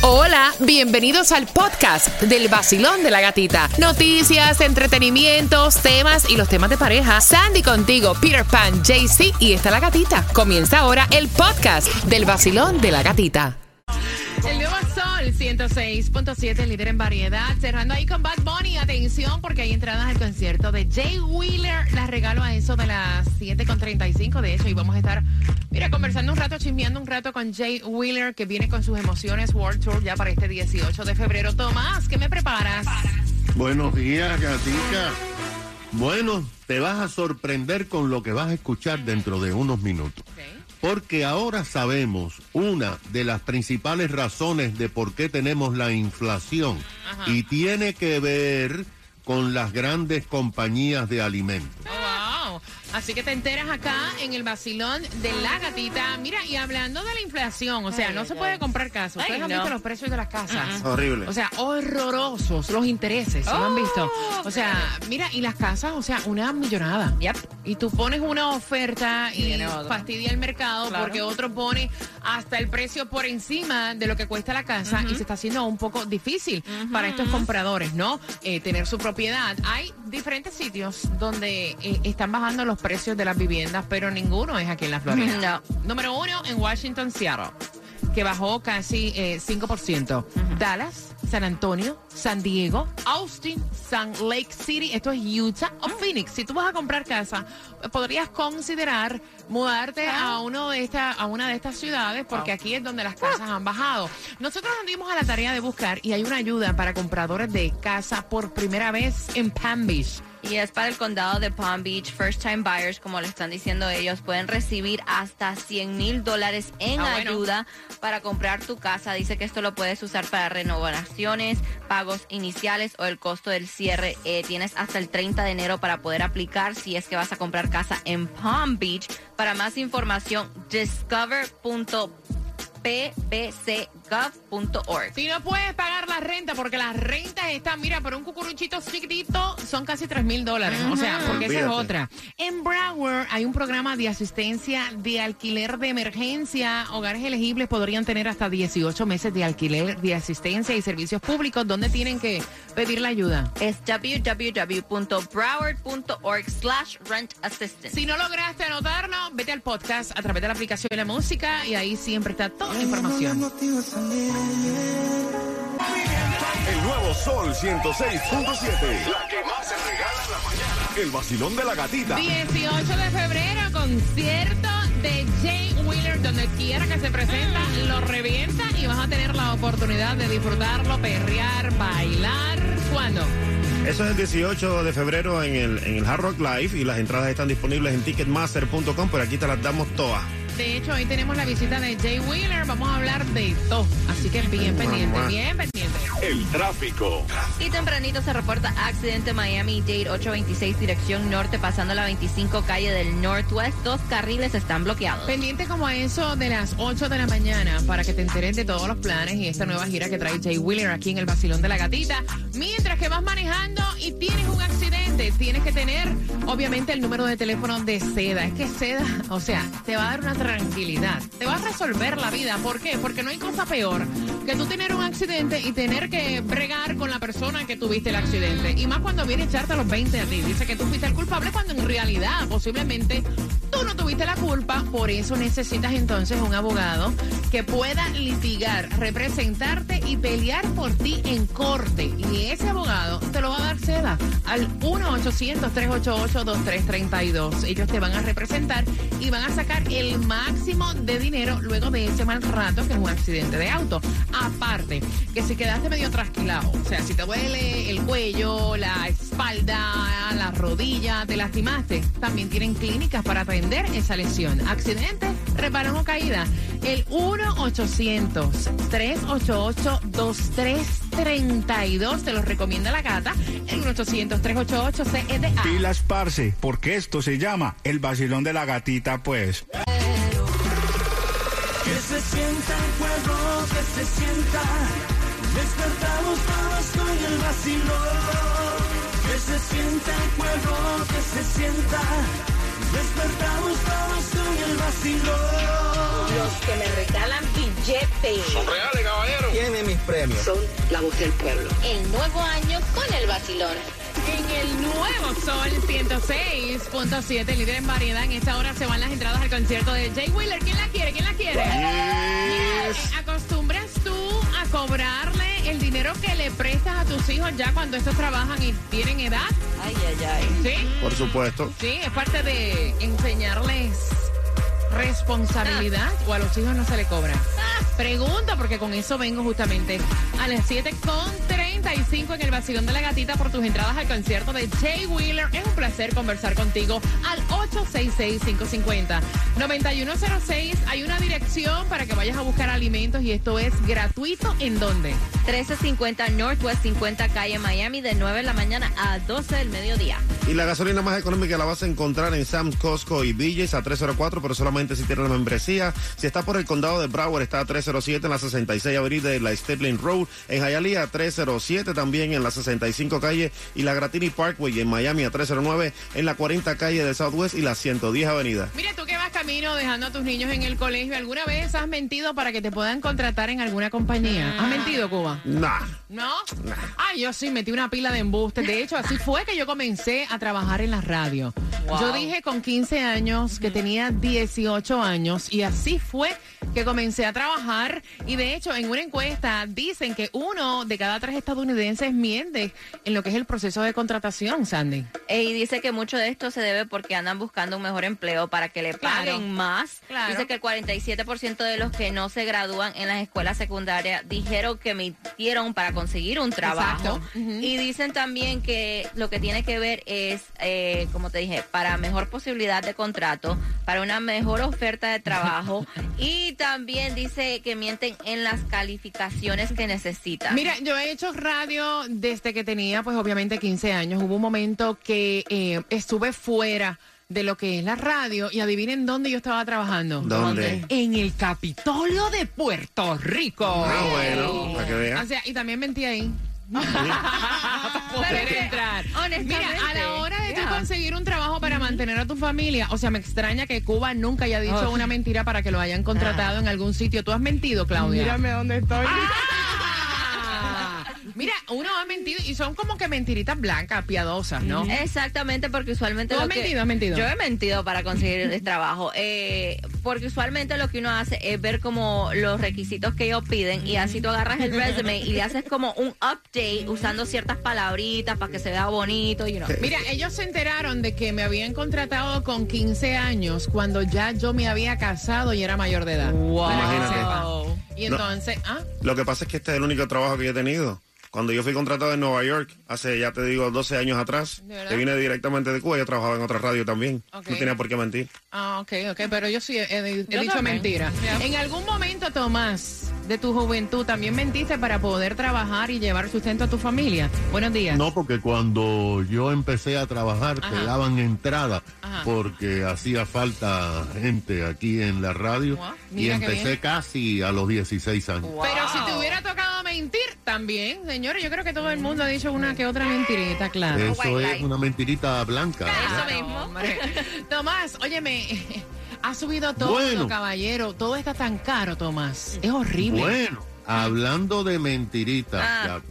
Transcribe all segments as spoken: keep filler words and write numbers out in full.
Hola, bienvenidos al podcast del Vacilón de la Gatita. Noticias, entretenimientos, temas y los temas de pareja. Sandy contigo, Peter Pan, J C y está la gatita. Comienza ahora el podcast del Vacilón de la Gatita. El nuevo Sol ciento seis punto siete, líder en variedad. Cerrando ahí con Bad Bunny. Atención, porque hay entradas al concierto de Jay Wheeler. Las regalo a eso de las siete con treinta y cinco. De hecho, y vamos a estar, mira, conversando un rato, chismeando un rato con Jay Wheeler, que viene con sus emociones World Tour ya para este dieciocho de febrero. Tomás, ¿qué me preparas? Buenos días, gatita. Bueno, te vas a sorprender con lo que vas a escuchar dentro de unos minutos. Okay. Porque ahora sabemos una de las principales razones de por qué tenemos la inflación. Ajá. Y tiene que ver con las grandes compañías de alimentos. Oh, wow. Así que te enteras acá en el Vacilón de la Gatita. Mira, y hablando de la inflación, o sea, ay, no ay, se puede comprar casa. Ustedes ay, han no. visto los precios de las casas. Uh-huh. Horrible. O sea, horrorosos los intereses, ¿sí oh, lo han visto? O sea, mira, y las casas, o sea, una millonada. Yep. Y tú pones una oferta y, y fastidia el mercado, claro, porque otro pone hasta el precio por encima de lo que cuesta la casa, uh-huh, y se está haciendo un poco difícil uh-huh. para estos compradores, ¿no? Eh, tener su propiedad. Hay diferentes sitios donde eh, están bajando los precios de las viviendas, pero ninguno es aquí en la Florida. No. Número uno, en Washington, Seattle, que bajó casi eh, cinco por ciento. Uh-huh. Dallas, San Antonio, San Diego, Austin, Salt Lake City, esto es Utah o Phoenix. Si tú vas a comprar casa, podrías considerar mudarte ah. a uno de esta, a una de estas ciudades, porque wow. aquí es donde las casas ah. han bajado. Nosotros nos dimos a la tarea de buscar y hay una ayuda para compradores de casa por primera vez en Palm Beach. Y es para el condado de Palm Beach. First time buyers, como le están diciendo ellos, pueden recibir hasta cien mil dólares en ah, ayuda bueno. para comprar tu casa. Dice que esto lo puedes usar para renovaciones, pagos iniciales o el costo del cierre. Eh, tienes hasta el treinta de enero para poder aplicar si es que vas a comprar casa en Palm Beach. Para más información, discover punto p b c gov punto org. Si no puedes pagar la renta, porque las rentas están, mira, por un cucuruchito chiquitito son casi tres mil dólares. Uh-huh. O sea, porque esa Fíjate. es otra. En Broward hay un programa de asistencia de alquiler de emergencia. Hogares elegibles podrían tener hasta dieciocho meses de alquiler de asistencia y servicios públicos. ¿Dónde tienen que pedir la ayuda? Es w w w punto broward punto org slash rent assistance. Si no lograste anotarlo, vete al podcast a través de la aplicación de la música y ahí siempre está toda la información. El nuevo Sol ciento seis punto siete. La que más se regala en la mañana. El Vacilón de la Gatita. dieciocho de febrero, concierto de Jay Wheeler. Donde quiera que se presenta, lo revienta y vas a tener la oportunidad de disfrutarlo, perrear, bailar. ¿Cuándo? Eso es el dieciocho de febrero en el, en el Hard Rock Live y las entradas están disponibles en ticketmaster punto com, pero aquí te las damos todas. De hecho, hoy tenemos la visita de Jay Wheeler. Vamos a hablar de todo. Así que bien pendiente, bien pendiente. El tráfico. Y tempranito se reporta accidente Miami-Dade ocho veintiséis, dirección norte, pasando la veinticinco calle del Northwest. Dos carriles están bloqueados. Pendiente como a eso de las ocho de la mañana para que te enteres de todos los planes y esta nueva gira que trae Jay Wheeler aquí en el Vacilón de la Gatita. Mientras que vas manejando y tienes un accidente, tienes que tener, obviamente, el número de teléfono de Seda. Es que Seda, o sea, te va a dar una tranquilidad. Te va a resolver la vida. ¿Por qué? Porque no hay cosa peor que tú tener un accidente y tener que bregar con la persona que tuviste el accidente. Y más cuando viene a echarte a los veinte a ti. Dice que tú fuiste el culpable cuando en realidad posiblemente tú no tuviste la culpa. Por eso necesitas entonces un abogado que pueda litigar, representarte y pelear por ti en corte. Y ese abogado te lo va a dar Seda al uno ochocientos, tres ocho ocho, dos tres tres dos. Ellos te van a representar y van a sacar el máximo de dinero luego de ese mal rato que es un accidente de auto. Aparte, que si quedaste medio trasquilado, o sea, si te duele el cuello, la espalda, la rodilla, te lastimaste, también tienen clínicas para atender esa lesión. Accidente, reparación o caída. El uno ochocientos, tres ocho ocho, dos tres tres dos te lo recomienda la gata. El uno ochocientos, tres ocho ocho, C E D A. Pilas, parce, porque esto se llama el Vacilón de la Gatita, pues. Que se sienta el juego, que se sienta. Despertamos todos con el vacilón. Que se sienta el juego, que se sienta. Despertamos todos con el vacilón. Los que me regalan billetes. Son reales, caballero. Tiene mis premios. Son la voz del pueblo. El nuevo año con el vacilón. En el nuevo Sol ciento seis punto siete, líder en variedad. En esta hora se van las entradas al concierto de Jay Wheeler. ¿Quién la quiere? ¿Quién la quiere? Yes. ¿Acostumbras tú a cobrarle el dinero que le prestas a tus hijos ya cuando estos trabajan y tienen edad? Ay, ay, ay. ¿Sí? Por supuesto. Sí, es parte de enseñarles responsabilidad o a los hijos no se le cobra. Pregunta, porque con eso vengo justamente a las siete con treinta y cinco en el vacilón de la gatita por tus entradas al concierto de Jay Wheeler. Es un placer conversar contigo al ocho seis seis, cinco cinco cero, nueve uno cero seis. Hay una dirección para que vayas a buscar alimentos y esto es gratuito. ¿En dónde? trece cincuenta Northwest cincuenta Calle Miami, de nueve de la mañana a doce del mediodía. Y la gasolina más económica la vas a encontrar en Sam's, Costco y B J's a tres cero cuatro, pero solamente si tienes la membresía. Si está por el condado de Broward, está a tres cero siete en la sesenta y seis Avenida de la Sterling Road. En Hialeah, a tres cero siete también en la sesenta y cinco Calle y la Gratini Parkway. Y en Miami, a tres cero nueve en la cuarenta Calle de Southwest y la ciento diez Avenida. Mira, tú que vas camino dejando a tus niños en el colegio, ¿alguna vez has mentido para que te puedan contratar en alguna compañía? ¿Has mentido, Cuba? Nah. ¿No? Nah. Ay, yo sí metí una pila de embustes. De hecho, así fue que yo comencé a trabajar en la radio. Wow. Yo dije con quince años que tenía dieciocho años y así fue que comencé a trabajar. Y de hecho, en una encuesta dicen que uno de cada tres estadounidenses miente en lo que es el proceso de contratación, Sandy. Y dice que mucho de esto se debe porque andan buscando un mejor empleo para que le paguen claro. más. Claro. Dice que el cuarenta y siete por ciento de los que no se gradúan en las escuelas secundarias dijeron que mintieron para conseguir un trabajo. Uh-huh. Y dicen también que lo que tiene que ver es, eh, como te dije, para mejor posibilidad de contrato, para una mejor oferta de trabajo y también dice que mienten en las calificaciones que necesitan. Mira, yo he hecho radio desde que tenía, pues obviamente quince años. Hubo un momento que eh, estuve fuera de lo que es la radio y adivinen dónde yo estaba trabajando. ¿Dónde? En el Capitolio de Puerto Rico. Ah, bueno, para que vean. O sea, y también mentí ahí. Para poder Pero entrar. Honestamente, mira, a la hora de yeah. tú conseguir un trabajo para mantener a tu familia, o sea, me extraña que Cuba nunca haya dicho oh. una mentira para que lo hayan contratado ah. en algún sitio. ¿Tú has mentido, Claudia? Mírame dónde estoy. Ah. Mira, uno ha mentido y son como que mentiritas blancas, piadosas, ¿no? Exactamente, porque usualmente... ¿Tú lo has que, mentido, has mentido? Yo he mentido para conseguir el trabajo, eh, porque usualmente lo que uno hace es ver como los requisitos que ellos piden y así tú agarras el resume y le haces como un update usando ciertas palabritas para que se vea bonito, you know. Mira, ellos se enteraron de que me habían contratado con quince años cuando ya yo me había casado y era mayor de edad. Wow. Imagínate. Y entonces, no, ¿ah? Lo que pasa es que este es el único trabajo que yo he tenido. Cuando yo fui contratado en Nueva York, hace, ya te digo, doce años atrás, que vine directamente de Cuba, yo trabajaba en otra radio también. Okay. No tenía por qué mentir. Ah, ok, ok, pero yo sí he, he, he yo dicho también. mentira. Yeah. En algún momento, Tomás, de tu juventud, ¿también mentiste para poder trabajar y llevar sustento a tu familia? Buenos días. No, porque cuando yo empecé a trabajar, Ajá. te daban entrada, Ajá. porque hacía falta gente aquí en la radio, wow. y empecé casi a los dieciséis años. Wow. Pero si te hubiera tocado mentir, también, señores, yo creo que todo el mundo ha dicho una que otra mentirita, claro. Eso es una mentirita blanca. Eso mismo. Tomás, óyeme, ha subido todo, bueno, caballero. Todo está tan caro, Tomás. Es horrible. Bueno, hablando de mentiritas, ah.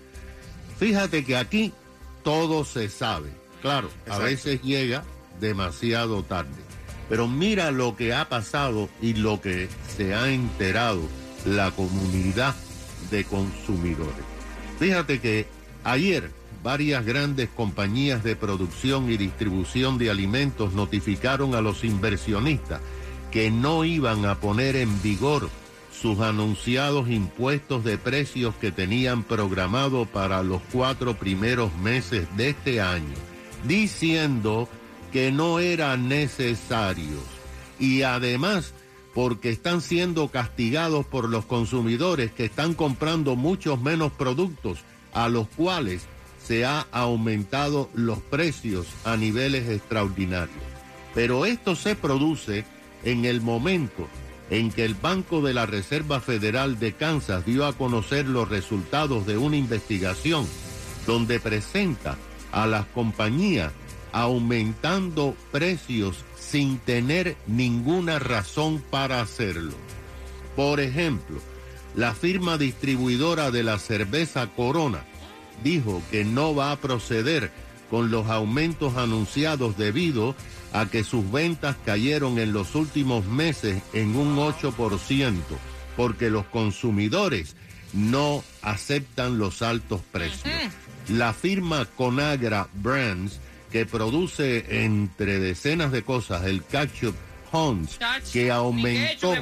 fíjate que aquí todo se sabe. Claro, Exacto. a veces llega demasiado tarde. Pero mira lo que ha pasado y lo que se ha enterado la comunidad de consumidores. Fíjate que ayer varias grandes compañías de producción y distribución de alimentos notificaron a los inversionistas que no iban a poner en vigor sus anunciados impuestos de precios que tenían programado para los cuatro primeros meses de este año, diciendo que no eran necesarios y además porque están siendo castigados por los consumidores que están comprando muchos menos productos a los cuales se ha aumentado los precios a niveles extraordinarios. Pero esto se produce en el momento en que el Banco de la Reserva Federal de Kansas dio a conocer los resultados de una investigación donde presenta a las compañías aumentando precios sin tener ninguna razón para hacerlo. Por ejemplo, La firma distribuidora de la cerveza Corona dijo que no va a proceder con los aumentos anunciados debido a que sus ventas cayeron en los últimos meses en un ocho por ciento, porque los consumidores no aceptan los altos precios. La firma Conagra Brands, que produce entre decenas de cosas el ketchup Hunt's, que aumentó,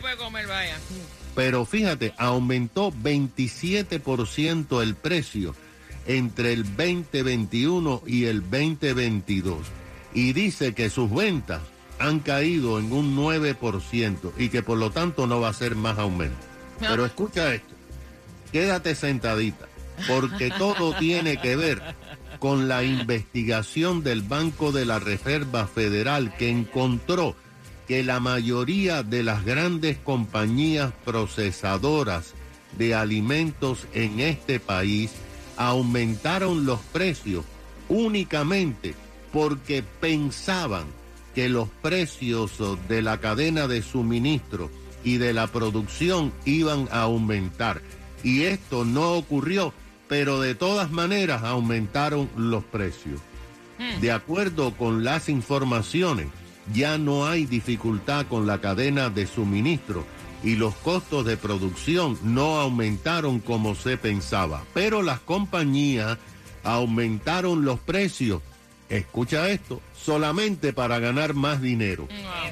pero fíjate, aumentó veintisiete por ciento el precio entre el veinte veintiuno y el veinte veintidós, y dice que sus ventas han caído en un nueve por ciento y que por lo tanto no va a ser más aumento. No. Pero escucha esto, quédate sentadita, porque todo tiene que ver con la investigación del Banco de la Reserva Federal, que encontró que la mayoría de las grandes compañías procesadoras de alimentos en este país aumentaron los precios únicamente porque pensaban que los precios de la cadena de suministro y de la producción iban a aumentar. Y esto no ocurrió, pero de todas maneras aumentaron los precios. De acuerdo con las informaciones, ya no hay dificultad con la cadena de suministro y los costos de producción no aumentaron como se pensaba, pero las compañías aumentaron los precios, escucha esto, solamente para ganar más dinero.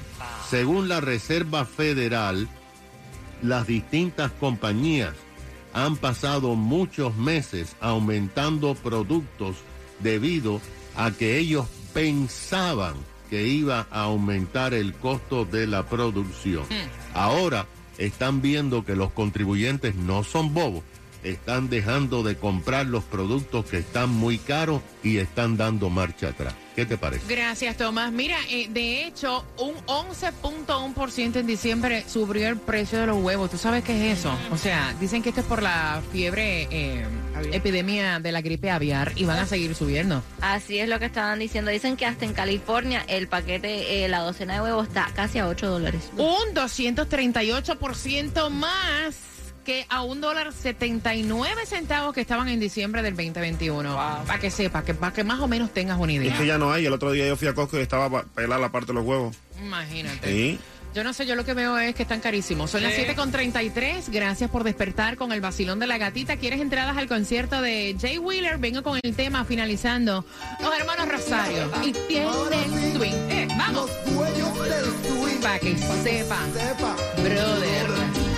Según la Reserva Federal, las distintas compañías han pasado muchos meses aumentando productos debido a que ellos pensaban que iba a aumentar el costo de la producción. Ahora están viendo que los contribuyentes no son bobos, están dejando de comprar los productos que están muy caros y están dando marcha atrás. ¿Qué te parece? Gracias, Tomás. Mira, eh, de hecho, un once punto uno por ciento en diciembre subió el precio de los huevos. ¿Tú sabes qué es eso? O sea, dicen que esto es por la fiebre, eh, epidemia de la gripe aviar y van a seguir subiendo. Así es lo que estaban diciendo. Dicen que hasta en California el paquete, eh, la docena de huevos está casi a ocho dólares. Un doscientos treinta y ocho por ciento más que a un dólar setenta y nueve centavos que estaban en diciembre del veinte veintiuno. Wow. Para que sepas, que para que más o menos tengas una idea. Es que ya no hay. El otro día yo fui a Costco y estaba pelada la parte de los huevos. Imagínate. Sí. Yo no sé, yo lo que veo es que están carísimos. Son sí. Las siete con treinta y tres. Gracias por despertar con el vacilón de la gatita. ¿Quieres entradas al concierto de Jay Wheeler? Vengo con el tema finalizando. Los hermanos Rosario. Y tienen swing. Eh, vamos. Para que sepa, brother.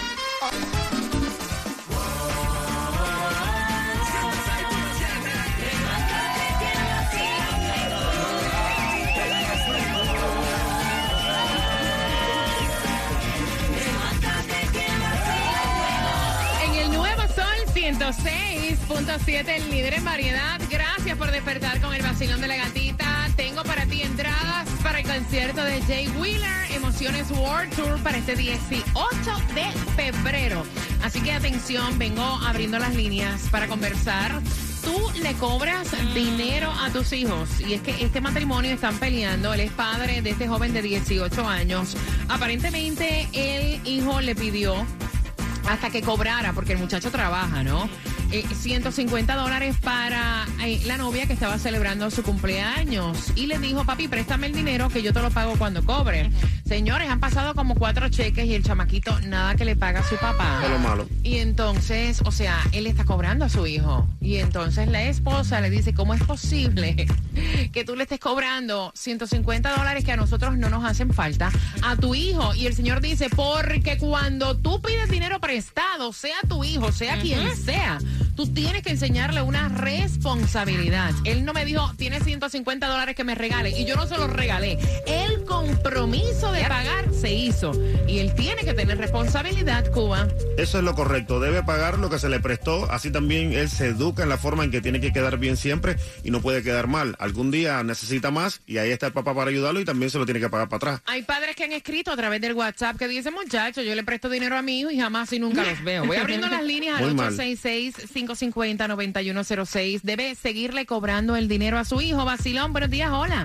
ciento seis punto siete, el líder en variedad. Gracias por despertar con el vacilón de la gatita. Tengo para ti entradas para el concierto de Jay Wheeler, Emociones World Tour, para este dieciocho de febrero. Así que atención, vengo abriendo las líneas para conversar. Tú le cobras dinero a tus hijos, y es que este matrimonio están peleando. Él es padre de este joven de dieciocho años. Aparentemente el hijo le pidió hasta que cobrara, porque el muchacho trabaja, ¿no? Eh, ciento cincuenta dólares para eh, la novia que estaba celebrando su cumpleaños. Y le dijo, papi, préstame el dinero que yo te lo pago cuando cobre. Señores, han pasado como cuatro cheques y el chamaquito nada que le paga a su papá. Es lo malo. Y entonces, o sea, él está cobrando a su hijo. Y entonces la esposa le dice, ¿cómo es posible que tú le estés cobrando ciento cincuenta dólares que a nosotros no nos hacen falta a tu hijo? Y el señor dice, porque cuando tú pides dinero prestado, sea tu hijo, sea uh-huh. quien sea, tú tienes que enseñarle una responsabilidad. Él no me dijo, tienes ciento cincuenta dólares que me regale, y yo no se los regalé. El compromiso de pagar se hizo, y él tiene que tener responsabilidad, Cuba. Eso es lo correcto, debe pagar lo que se le prestó. Así también él se educa en la forma en que tiene que quedar bien siempre y no puede quedar mal. Algún día necesita más y ahí está el papá para ayudarlo, y también se lo tiene que pagar para atrás. Hay padres que han escrito a través del WhatsApp que dicen, muchachos, yo le presto dinero a mi hijo y jamás y nunca los veo. Voy abriendo las líneas al ocho seis seis, cinco cinco cero, nueve uno cero seis. Debe seguirle cobrando el dinero a su hijo. Vacilón, buenos días, hola.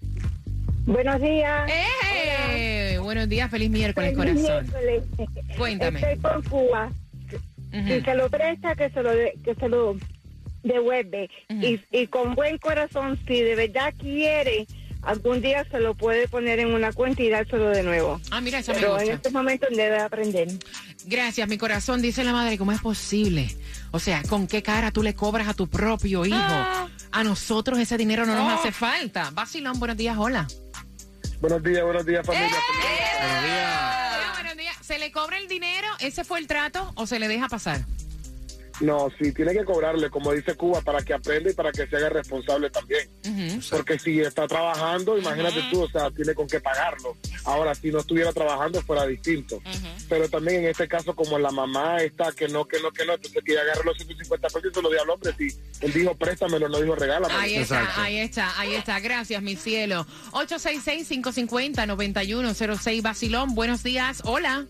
Buenos días. ¡Eh! Buenos días, feliz miércoles, feliz corazón. Miércoles. Cuéntame. Estoy por Cuba. Uh-huh. Si se lo presta, que se lo, de, que se lo devuelve. Uh-huh. y, y con buen corazón, si de verdad quiere, algún día se lo puede poner en una cuenta y dárselo de nuevo. Ah, mira, eso me Pero gusta. en este momento debe aprender. Gracias, mi corazón, dice la madre, ¿cómo es posible? O sea, ¿con qué cara tú le cobras a tu propio hijo? Ah. A nosotros ese dinero no oh. nos hace falta. Vacilón, buenos días, hola. Buenos días, buenos días, familia. ¡Eh! Buenos días. Bueno, buenos días. ¿Se le cobra el dinero? ¿Ese fue el trato o se le deja pasar? No, sí, tiene que cobrarle, como dice Cuba, para que aprenda y para que se haga responsable también. Uh-huh. Porque si está trabajando, imagínate uh-huh. tú, o sea, tiene con qué pagarlo. Ahora, si no estuviera trabajando, fuera distinto. Uh-huh. Pero también en este caso, como la mamá está que no, que no, que no, entonces que agarre los ciento cincuenta pesos y se lo dio al hombre. Si él dijo préstamelo, no dijo regálame. Ahí está, Exacto. ahí está, ahí está. Gracias, mi cielo. ocho seis seis, cinco cinco cero, nueve uno cero seis, Vacilón, buenos días, hola.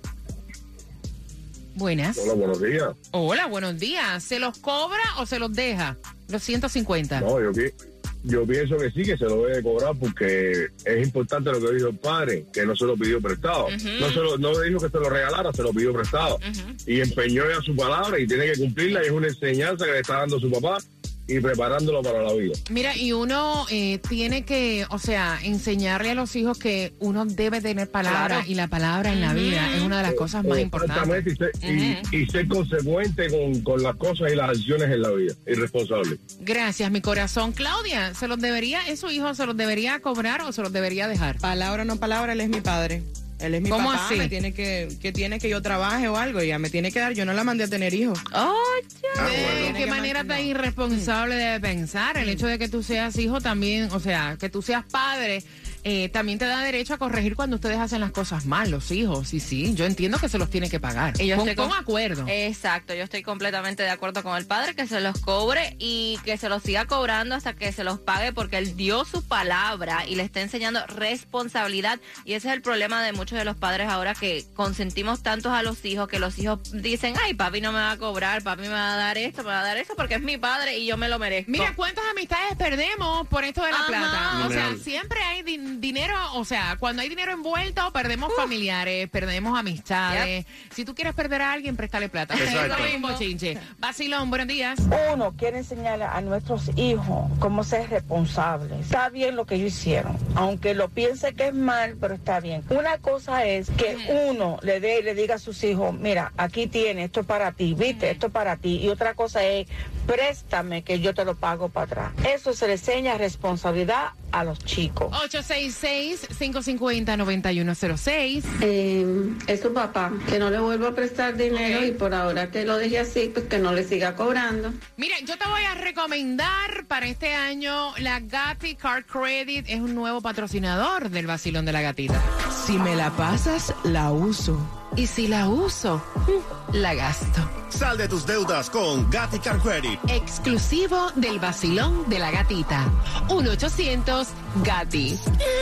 Buenas. Hola, buenos días. Hola, buenos días. ¿Se los cobra o se los deja? Los ciento cincuenta. No, yo, yo pienso que sí, que se lo debe cobrar porque es importante lo que dijo el padre, que no se lo pidió prestado. Uh-huh. No se lo, no dijo que se lo regalara, se lo pidió prestado. Uh-huh. Y empeñó ya su palabra y tiene que cumplirla y es una enseñanza que le está dando su papá y preparándolo para la vida. Mira, y uno eh, tiene que, o sea, enseñarle a los hijos que uno debe tener palabra claro. y la palabra en la vida es una de las cosas más importantes. Y ser, uh-huh. y, y ser consecuente con, con las cosas y las acciones en la vida, y responsable. Gracias, mi corazón. Claudia, ¿se los debería, es su hijo, se los debería cobrar o se los debería dejar? Palabra o no palabra, él es mi padre. Él es mi ¿Cómo papá, así? me tiene que, que tiene que yo trabaje o algo, ya me tiene que dar, yo no la mandé a tener hijos. Oh, ya. Ah, bueno. ¿Qué manera tan irresponsable de pensar? El hecho de que tú seas hijo también, o sea, que tú seas padre, eh, también te da derecho a corregir cuando ustedes hacen las cosas mal, los hijos. Sí, sí, yo entiendo que se los tiene que pagar. Y yo con, estoy con acuerdo. Exacto, yo estoy completamente de acuerdo con el padre, que se los cobre y que se los siga cobrando hasta que se los pague, porque él dio su palabra y le está enseñando responsabilidad. Y ese es el problema de muchos de los padres ahora, que consentimos tantos a los hijos, que los hijos dicen, ay, papi no me va a cobrar, papi me va a dar esto, me va a dar eso, porque es mi padre y yo me lo merezco. Mira, ¿cuántas amistades perdemos por esto de la Ajá. plata? O sea, siempre hay din- dinero, o sea, cuando hay dinero envuelto, perdemos uh. familiares, perdemos amistades. Yep. Si tú quieres perder a alguien, préstale plata. Exacto. Es lo mismo, chinche. Vacilón, buenos días. Uno quiere enseñarle a nuestros hijos cómo ser responsables. Está bien lo que ellos hicieron, aunque lo piense que es mal, pero está bien. Una cosa es que uno le dé y le diga a sus hijos, mira, aquí tienes, esto es para ti, viste, esto es para ti. Y otra cosa es, préstame que yo te lo pago para atrás. Eso se le enseña responsabilidad a los chicos. ocho seis seis, cinco cinco cero, nueve uno cero seis. Eh, es su papá, que no le vuelva a prestar dinero okay. y por ahora que lo deje así, pues que no le siga cobrando. Mira, yo te voy a recomendar para este año la Gatti Card Credit, es un nuevo patrocinador del Vacilón de la Gatita. Si me la pasas, la uso. Y si la uso, la gasto. Sal de tus deudas con Gatti Car Credit. Exclusivo del Vacilón de la Gatita. uno ochocientos Gatti.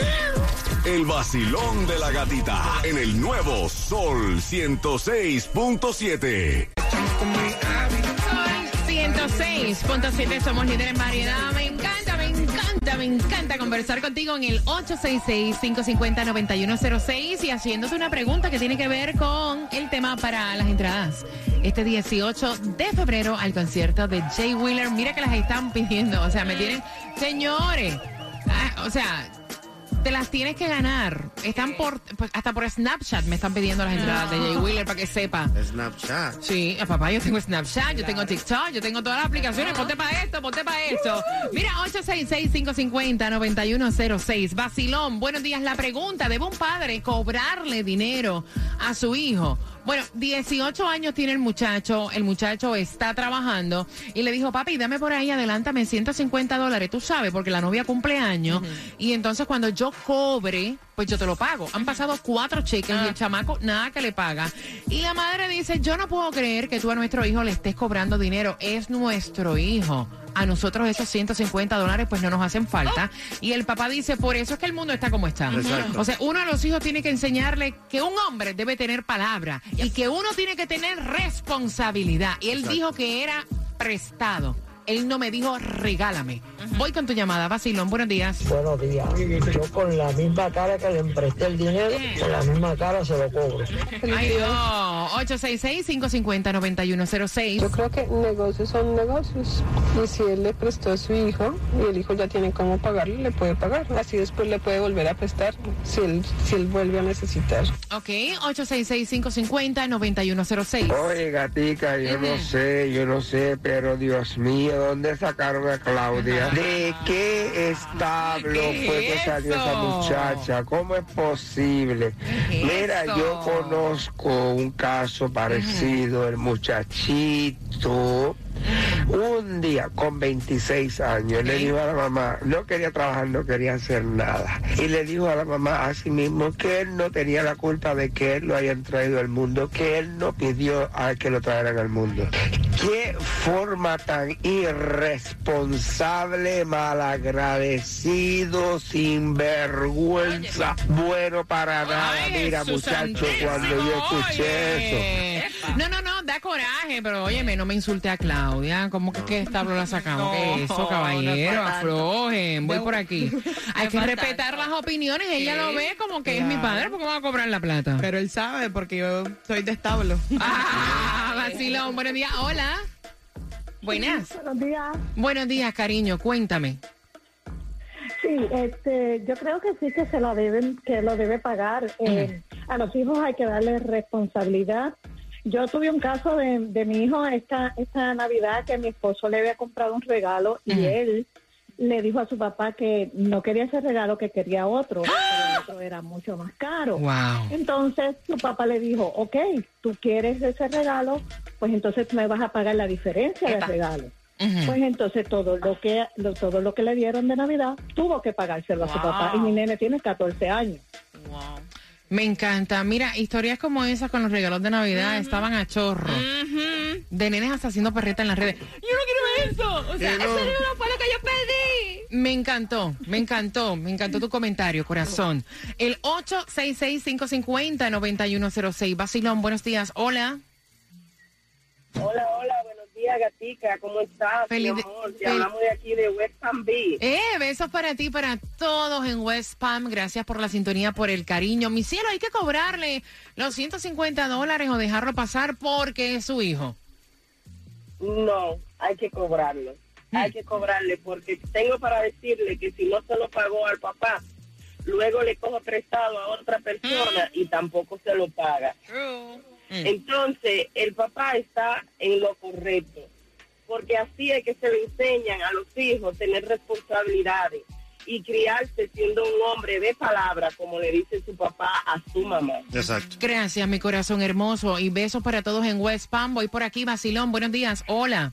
El Vacilón de la Gatita en el nuevo Sol ciento seis punto siete. Sol ciento seis punto siete, somos líderes en variedad. Me encanta, me encanta, me encanta conversar contigo en el ocho seis seis, cinco cinco cero, nueve uno cero seis y haciéndote una pregunta que tiene que ver con el tema para las entradas. Este dieciocho de febrero al concierto de Jay Wheeler. Mira que las están pidiendo, o sea, me tienen... Señores, ah, o sea... te las tienes que ganar. Están por, pues, hasta por Snapchat me están pidiendo las entradas no. de Jay Wheeler para que sepa. Snapchat. Sí, papá, yo tengo Snapchat, yo tengo TikTok, yo tengo todas las aplicaciones. Ponte para esto, ponte para esto. Mira, ocho seis seis, cinco cinco cero, nueve uno cero seis. Vacilón, buenos días. La pregunta, ¿debe un padre cobrarle dinero a su hijo? Bueno, dieciocho años tiene el muchacho, el muchacho está trabajando y le dijo, papi, dame por ahí, adelántame ciento cincuenta dólares, tú sabes, porque la novia cumple años, uh-huh. y entonces cuando yo cobre, pues yo te lo pago. Han pasado cuatro cheques uh-huh. y el chamaco nada que le paga. Y la madre dice, yo no puedo creer que tú a nuestro hijo le estés cobrando dinero, es nuestro hijo. A nosotros esos ciento cincuenta dólares pues no nos hacen falta. Oh. Y el papá dice, por eso es que el mundo está como está. Exacto. O sea, uno de los hijos tiene que enseñarle que un hombre debe tener palabra yep. y que uno tiene que tener responsabilidad. Y él Exacto. dijo que era prestado. Él no me dijo, regálame. Uh-huh. Voy con tu llamada, vacilón, buenos días. Buenos días. Yo con la misma cara que le empresté el dinero, con la misma cara se lo cobro. Ay, no. ocho seis seis, cinco cinco cero, nueve uno cero seis. Yo creo que negocios son negocios. Y si él le prestó a su hijo y el hijo ya tiene cómo pagarle, le puede pagar. Así después le puede volver a prestar si él, si él vuelve a necesitar. Ok, ocho seis seis, cinco cinco cero, nueve uno cero seis. Oye, gatica, yo uh-huh. no sé, yo no sé, pero Dios mío, ¿dónde sacaron a Claudia? ¿De qué establo ¿Qué fue que salió eso? Esa muchacha? ¿Cómo es posible? Mira, eso? Yo conozco un caso parecido, uh-huh. el muchachito. Un día con veintiséis años le dijo a la mamá, no quería trabajar, no quería hacer nada. Y le dijo a la mamá a sí mismo que él no tenía la culpa de que él lo hayan traído al mundo, que él no pidió a que lo trajeran al mundo. Qué forma tan irresponsable, malagradecido, sinvergüenza, bueno para nada. Ay, Mira, muchacho, cuando yo escuché oye. eso. No, no, no, da coraje, pero óyeme, no me insulte a Claudia. ¿Cómo que qué establo la sacamos? No, ¿Qué es eso, caballero? No aflojen, voy por aquí. Hay que respetar las opiniones. Ella sí. lo ve como que claro. es mi padre, porque me va a cobrar la plata. Pero él sabe, porque yo soy de establo. Ah, vacilón. Buenos días. Hola. Buenas. Buenos días. Buenos días, cariño. Cuéntame. Sí, este, yo creo que sí que se lo deben, que lo debe pagar. Mm. Eh, a los hijos hay que darle responsabilidad. Yo tuve un caso de, de mi hijo esta esta Navidad que mi esposo le había comprado un regalo y uh-huh. él le dijo a su papá que no quería ese regalo, que quería otro, pero el otro era mucho más caro. Wow. Entonces su papá le dijo, ok, tú quieres ese regalo, pues entonces me vas a pagar la diferencia del regalo. Uh-huh. Pues entonces todo lo que lo, todo lo que le dieron de Navidad tuvo que pagárselo wow. a su papá. Y mi nene tiene catorce años. Wow. Me encanta. Mira, historias como esas con los regalos de Navidad uh-huh. estaban a chorro. Uh-huh. De nenes hasta haciendo perreta en las redes. Yo no quiero eso. O sea, no? Eso no fue lo que yo pedí. Me encantó, me encantó, me encantó tu comentario, corazón. El ocho seis seis, cinco cinco cero, nueve uno cero seis. Vacilón, buenos días. Hola. Hola, hola, buenos días, gatica. ¿Cómo estás, Feliz mi amor? Te fel- hablamos de aquí de West Palm Beach. Eh, besos para ti, para todos en West Palm. Gracias por la sintonía, por el cariño. Mi cielo, hay que cobrarle los ciento cincuenta dólares o dejarlo pasar porque es su hijo. No, hay que cobrarlo. Mm. Hay que cobrarle porque tengo para decirle que si no se lo pagó al papá, luego le coge prestado a otra persona mm. y tampoco se lo paga. True. Mm. Entonces, el papá está en lo correcto, porque así es que se le enseñan a los hijos tener responsabilidades y criarse siendo un hombre de palabra, como le dice su papá a su mamá. Exacto. Gracias, mi corazón hermoso, y besos para todos en West Palm. Voy por aquí, vacilón, buenos días. Hola.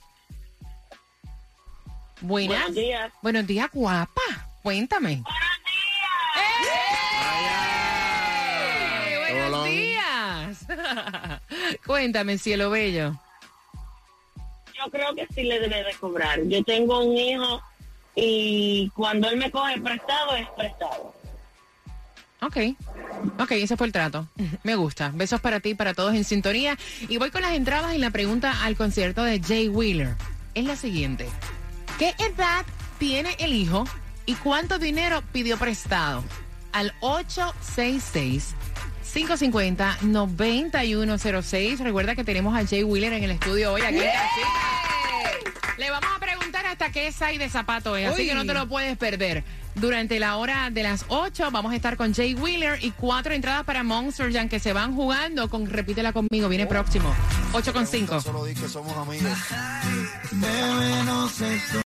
Buenas. Buenos días. Buenos días, guapa. Cuéntame. Buenos días. ¡Eh! Buenos días. Cuéntame, cielo bello. Yo creo que sí le debe de cobrar. Yo tengo un hijo y cuando él me coge prestado, es prestado. Ok, ok, ese fue el trato. Me gusta. Besos para ti, para todos en sintonía. Y voy con las entradas y la pregunta al concierto de Jay Wheeler. Es la siguiente. ¿Qué edad tiene el hijo y cuánto dinero pidió prestado? Al ocho seis seis, cinco cinco cero, nueve uno cero seis. Recuerda que tenemos a Jay Wheeler en el estudio hoy aquí en Casita. Le vamos a preguntar hasta qué size de zapato es, Uy. así que no te lo puedes perder. Durante la hora de las ocho vamos a estar con Jay Wheeler y cuatro entradas para Monster Jam que se van jugando con Repítela Conmigo. Viene próximo. ocho con cinco. Solo di que somos amigos. Bebé, no sé.